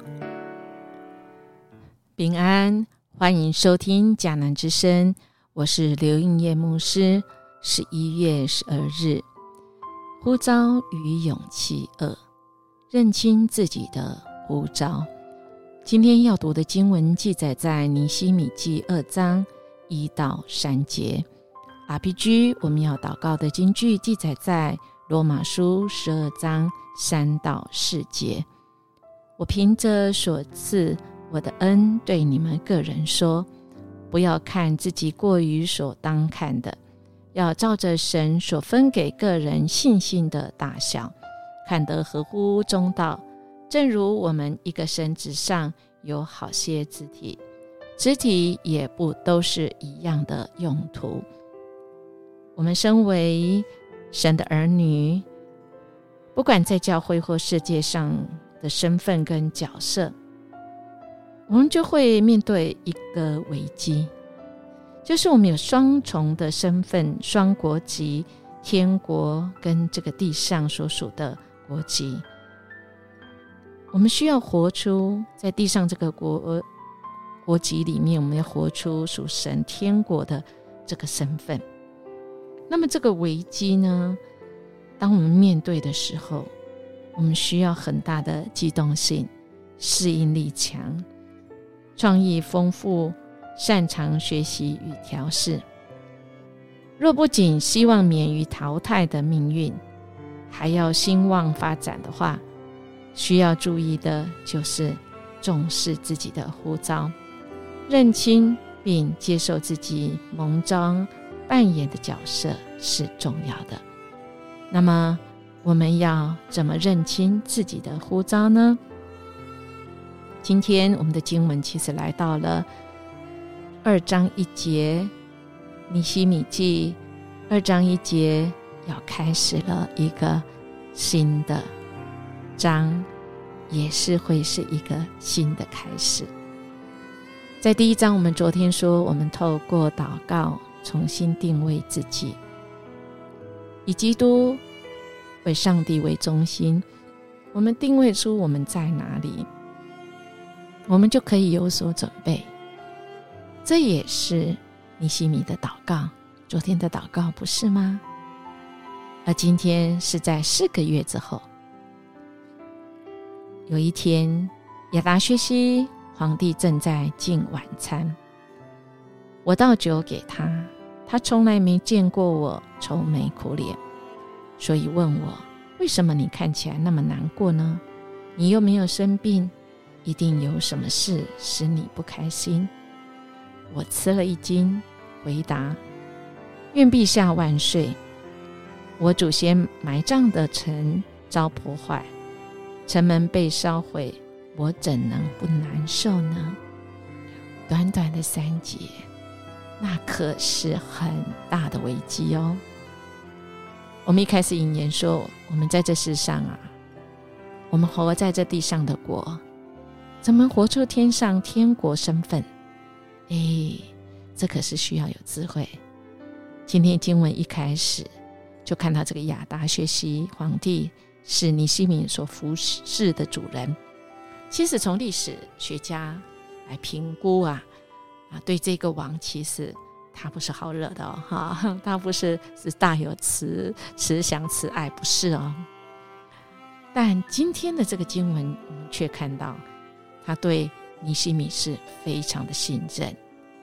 平安，欢迎收听迦南之声，我是刘映叶牧师。11月12日，呼召与勇气2，认清自己的呼召。今天要读的经文记载在尼希米记2章1到3节。RPG 我们要祷告的经句记载在罗马书12章3到4节。我凭着所赐我的恩对你们个人说，不要看自己过于所当看的，要照着神所分给个人信心的大小，看得合乎中道。正如我们一个身子上有好些肢体，肢体也不都是一样的用途。我们身为神的儿女，不管在教会或世界上的身份跟角色，我们就会面对一个危机，就是我们有双重的身份，双国籍，天国跟这个地上所属的国籍。我们需要活出在地上这个国籍里面，我们要活出属神天国的这个身份。那么这个危机呢，当我们面对的时候，我们需要很大的机动性，适应力强，创意丰富，擅长学习与调试。若不仅希望免于淘汰的命运，还要兴旺发展的话，需要注意的就是重视自己的呼召，认清并接受自己蒙召扮演的角色是重要的。那么我们要怎么认清自己的呼召呢？今天我们的经文其实来到了2章1节，尼希米记2章1节要开始了一个新的章，也是会是一个新的开始。在第1章我们昨天说，我们透过祷告重新定位自己，以基督为上帝为中心，我们定位出我们在哪里，我们就可以有所准备。这也是尼希米的祷告，昨天的祷告不是吗？而今天是在4个月之后，有一天亚达薛西皇帝正在进晚餐，我倒酒给他，他从来没见过我愁眉苦脸，所以问我，为什么你看起来那么难过呢？你又没有生病，一定有什么事使你不开心。我吃了一惊，回答，愿陛下万岁，我祖先埋葬的城遭破坏，城门被烧毁，我怎能不难受呢？短短的3节，那可是很大的危机哦。我们一开始引言说，我们在这世上啊，我们活在这地上的国，怎么活出天上天国身份？这可是需要有智慧。今天经文一开始就看到这个亚达薛西皇帝是尼希米所服侍的主人。其实从历史学家来评估对这个王，其实他不是好惹的哦，他不是大有慈祥慈爱，不是哦。但今天的这个经文，我们却看到他对尼希米是非常的信任。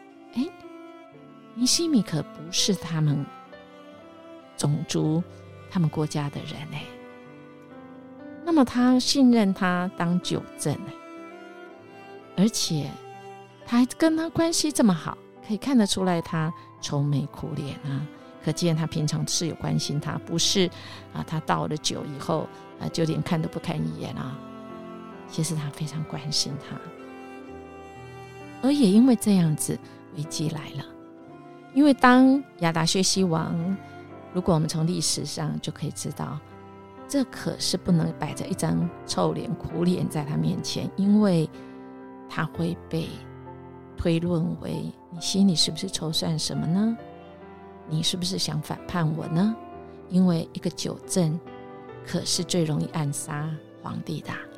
尼希米可不是他们种族他们国家的人那么他信任他当酒政而且他还跟他关系这么好，可以看得出来他愁眉苦脸可见他平常是有关心他，不是他倒了酒以后就连看都不看一眼其实他非常关心他。而也因为这样子，危机来了。因为当亚达薛西王，如果我们从历史上就可以知道，这可是不能摆着一张臭脸苦脸在他面前，因为他会被推论为，你心里是不是筹算什么呢？你是不是想反叛我呢？因为一个酒政可是最容易暗杀皇帝的，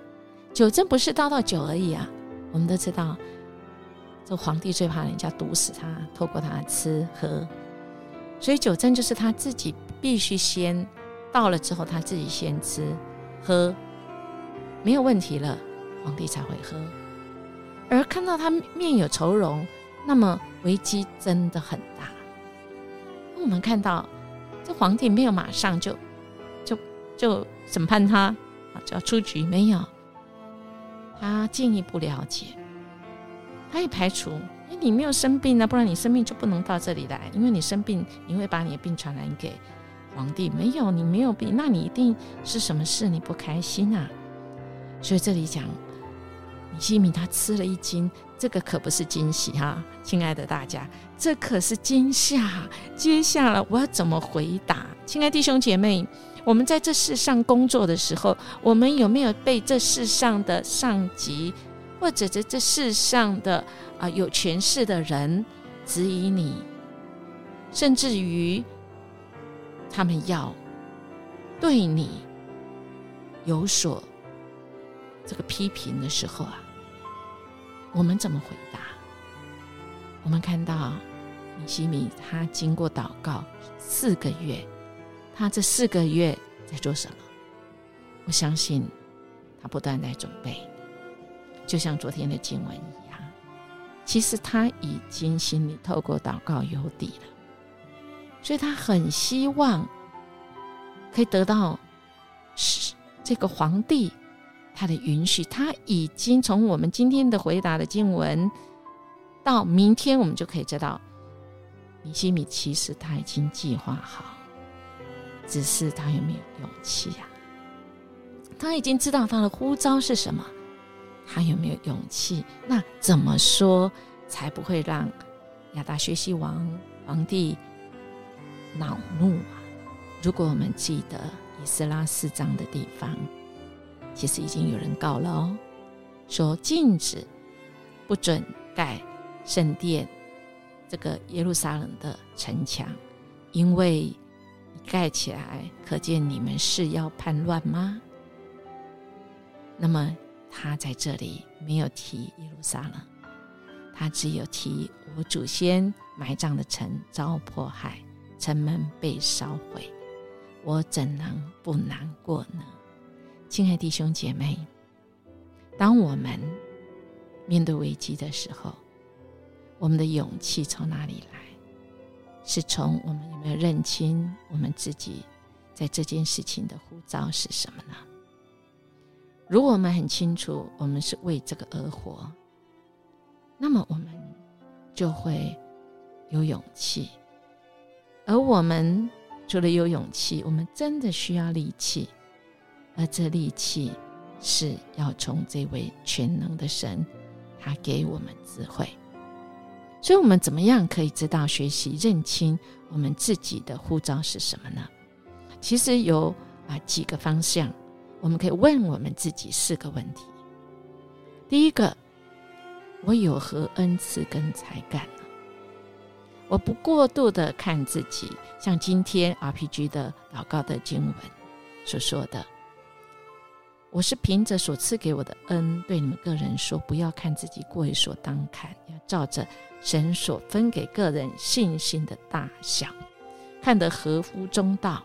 酒政不是倒到酒而已啊，我们都知道这皇帝最怕人家毒死他，透过他吃喝，所以酒政就是他自己必须先到了之后，他自己先吃喝，没有问题了，皇帝才会喝。而看到他面有愁容，那么危机真的很大。我们看到这皇帝没有马上就审判他，就要出局，没有，他进一步了解，他也排除你没有生病啊，不然你生病就不能到这里来，因为你生病你会把你的病传染给皇帝，没有，你没有病，那你一定是什么事你不开心啊。所以这里讲尼西米他吃了一惊，这个可不是惊喜哈，亲爱的大家，这可是惊吓。接下来我要怎么回答？亲爱弟兄姐妹，我们在这世上工作的时候，我们有没有被这世上的上级或者这世上的有权势的人质疑你，甚至于他们要对你有所这个批评的时候啊，我们怎么回答？我们看到尼西米他经过祷告4个月，他这4个月在做什么？我相信他不断在准备，就像昨天的经文一样，其实他已经心里透过祷告有底了，所以他很希望可以得到这个皇帝他的允许。他已经从我们今天的回答的经文到明天，我们就可以知道尼西米其实他已经计划好，只是他有没有勇气啊？他已经知道他的呼召是什么，他有没有勇气？那怎么说才不会让亚达薛西皇帝恼怒啊？如果我们记得以斯拉4章的地方，其实已经有人告了哦，说禁止不准盖圣殿这个耶路撒冷的城墙，因为你盖起来，可见你们是要叛乱吗？那么他在这里没有提耶路撒冷，他只有提我祖先埋葬的城遭迫害，城门被烧毁，我怎能不难过呢？亲爱弟兄姐妹，当我们面对危机的时候，我们的勇气从哪里来？是从我们有没有认清我们自己在这件事情的呼召是什么呢？如果我们很清楚我们是为这个而活，那么我们就会有勇气。而我们除了有勇气，我们真的需要力气，而这力气是要从这位全能的神他给我们智慧。所以我们怎么样可以知道学习认清我们自己的呼召是什么呢？其实有几个方向，我们可以问我们自己4个问题。第一个，我有何恩赐跟才干呢？我不过度的看自己，像今天 RPG 的祷告的经文所说的，我是凭着所赐给我的恩对你们个人说，不要看自己过于所当看，要照着神所分给个人信心的大小，看得合乎中道。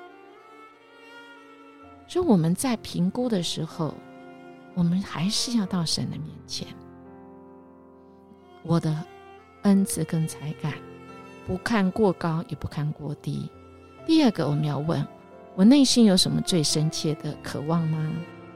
所以我们在评估的时候，我们还是要到神的面前，我的恩赐跟才干不看过高也不看过低。第二个，我们要问我内心有什么最深切的渴望吗？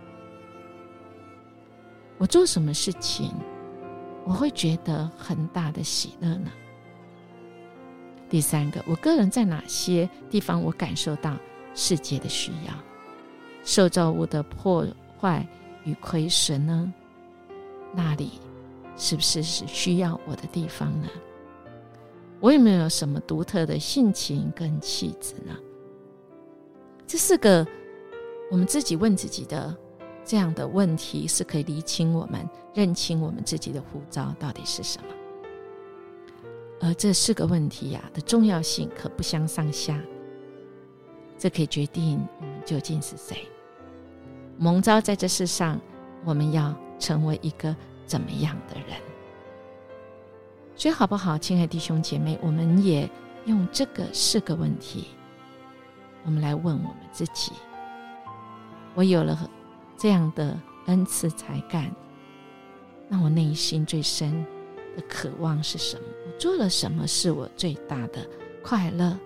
我做什么事情我会觉得很大的喜乐呢？第三个，我个人在哪些地方我感受到世界的需要，受造物的破坏与亏损呢？那里是不是需要我的地方呢？我有没有什么独特的性情跟气质呢？这4个我们自己问自己的这样的问题，是可以厘清我们认清我们自己的呼召到底是什么。而这4个问题的重要性可不相上下，这可以决定我们究竟是谁。蒙召在这世上我们要成为一个怎么样的人。所以好不好，亲爱的弟兄姐妹，我们也用这个4个问题，我们来问我们自己，我有了这样的恩赐才干，那我内心最深的渴望是什么？我做了什么是我最大的快乐？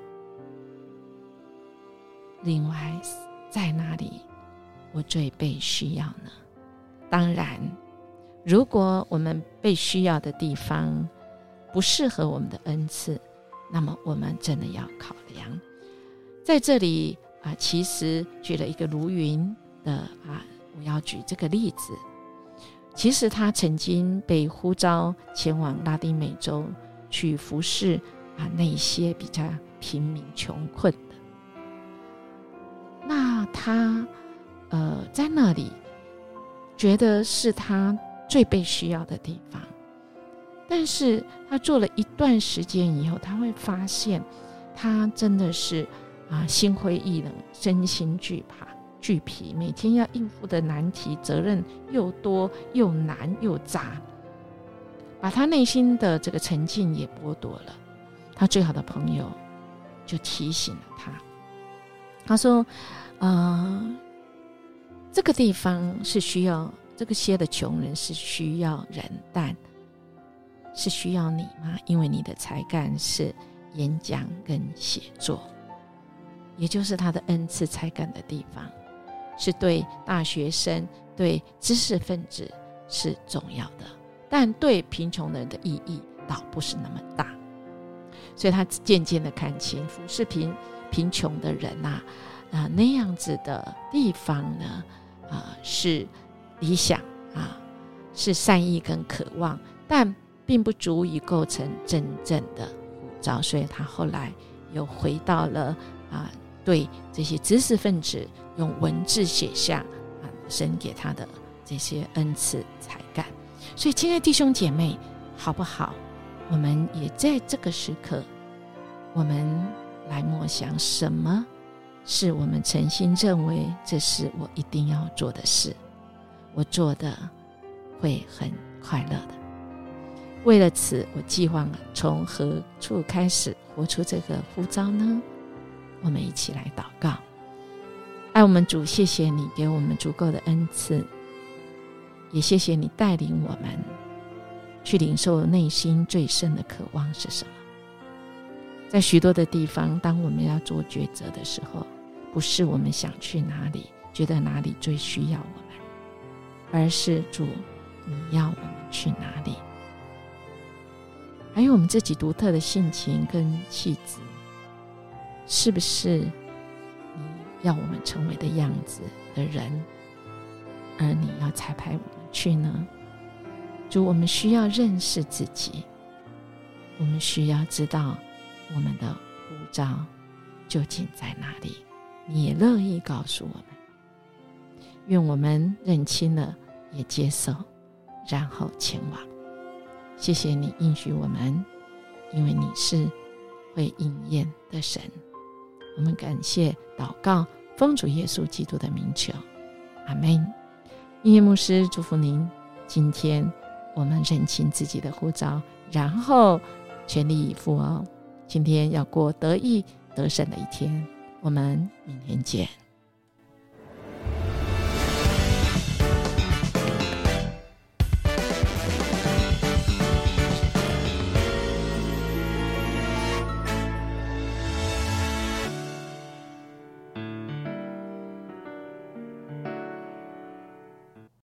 另外，在哪里我最被需要呢？当然，如果我们被需要的地方不适合我们的恩赐，那么我们真的要考量。在这里其实举了一个卢云的我要举这个例子。其实他曾经被呼召前往拉丁美洲去服侍那些比较贫民穷困的。那他在那里觉得是他最被需要的地方，但是他做了一段时间以后，他会发现他真的是心灰意冷，身心俱疲，每天要应付的难题责任又多又难又杂，把他内心的这个沉静也剥夺了。他最好的朋友就提醒了他说这个地方是需要这些的穷人，是需要人，但是需要你吗？因为你的才干是演讲跟写作，也就是他的恩赐才干的地方，是对大学生对知识分子是重要的，但对贫穷人的意义倒不是那么大。所以他渐渐的看清服侍贫穷的人那样子的地方呢是理想是善意跟渴望，但并不足以构成真正的呼召。所以他后来又回到了对这些知识分子用文字写下神给他的这些恩赐才干。所以亲爱的弟兄姐妹，好不好，我们也在这个时刻，我们来默想什么是我们诚心认为这是我一定要做的事，我做的会很快乐的。为了此，我计划从何处开始活出这个呼召呢？我们一起来祷告。爱我们主，谢谢你给我们足够的恩赐，也谢谢你带领我们去领受内心最深的渴望是什么。在许多的地方，当我们要做抉择的时候，不是我们想去哪里，觉得哪里最需要我们，而是主，你要我们去哪里？还有我们自己独特的性情跟气质，是不是你要我们成为的样子的人，而你要差派我们去呢？主，我们需要认识自己，我们需要知道我们的呼召究竟在哪里，你也乐意告诉我们。愿我们认清了，也接受，然后前往。谢谢你应许我们，因为你是会应验的神。我们感谢祷告，奉主耶稣基督的名求，阿们。音乐牧师祝福您，今天我们认清自己的呼召，然后全力以赴今天要过得意得胜的一天。我们明天见。